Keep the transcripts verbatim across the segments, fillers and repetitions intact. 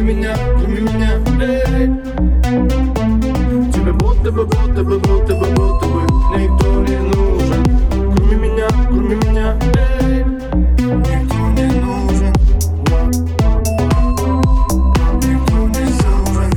меня, кроме меня, эй. Тебе будто бы, будто бы, будто бы, будто бы никто не нужен, кроме меня, кроме меня, эй. Никто не нужен, никто не нужен.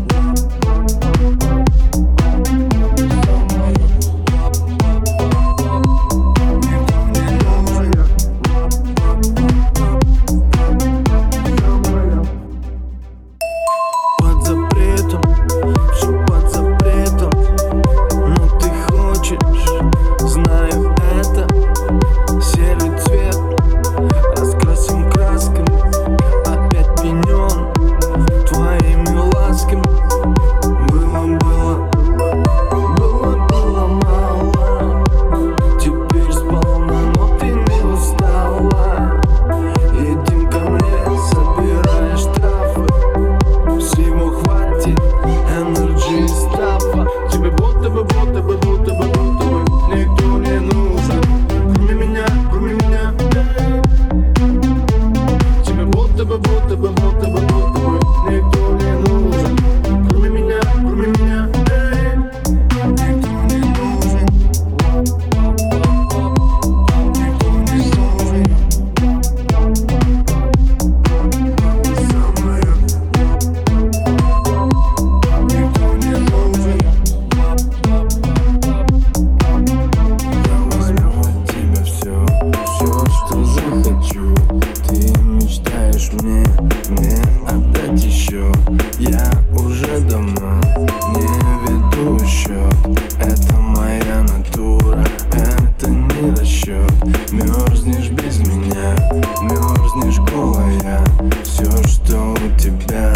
Под запретом, все под запретом, но ты хочешь, знаю это. Серый цвет раскрасим красками, опять пьянен твоими ласками. Было, было, было, было мало, теперь сполна, но ты не устала. Едем ко мне, собираешь штрафы, всего хватит, энерджи и стафа. Тебе будто бы, будто бы, будто бы, будто бы никто не нужен, кроме меня, кроме меня, эй. Тебе будто бы, будто бы, будто бы, будто бы никто не нужен, кроме меня, кроме меня, эй. Никто не нужен, никто не нужен. Никто не нужен. Я возьму от тебя все, все, что захочу. Ты мечтаешь мне, мне отдать еще. Я уже давно не веду счет. Это моя натура, это не расчет. Мерзнешь без меня, мерзнешь голая. Все, что у тебя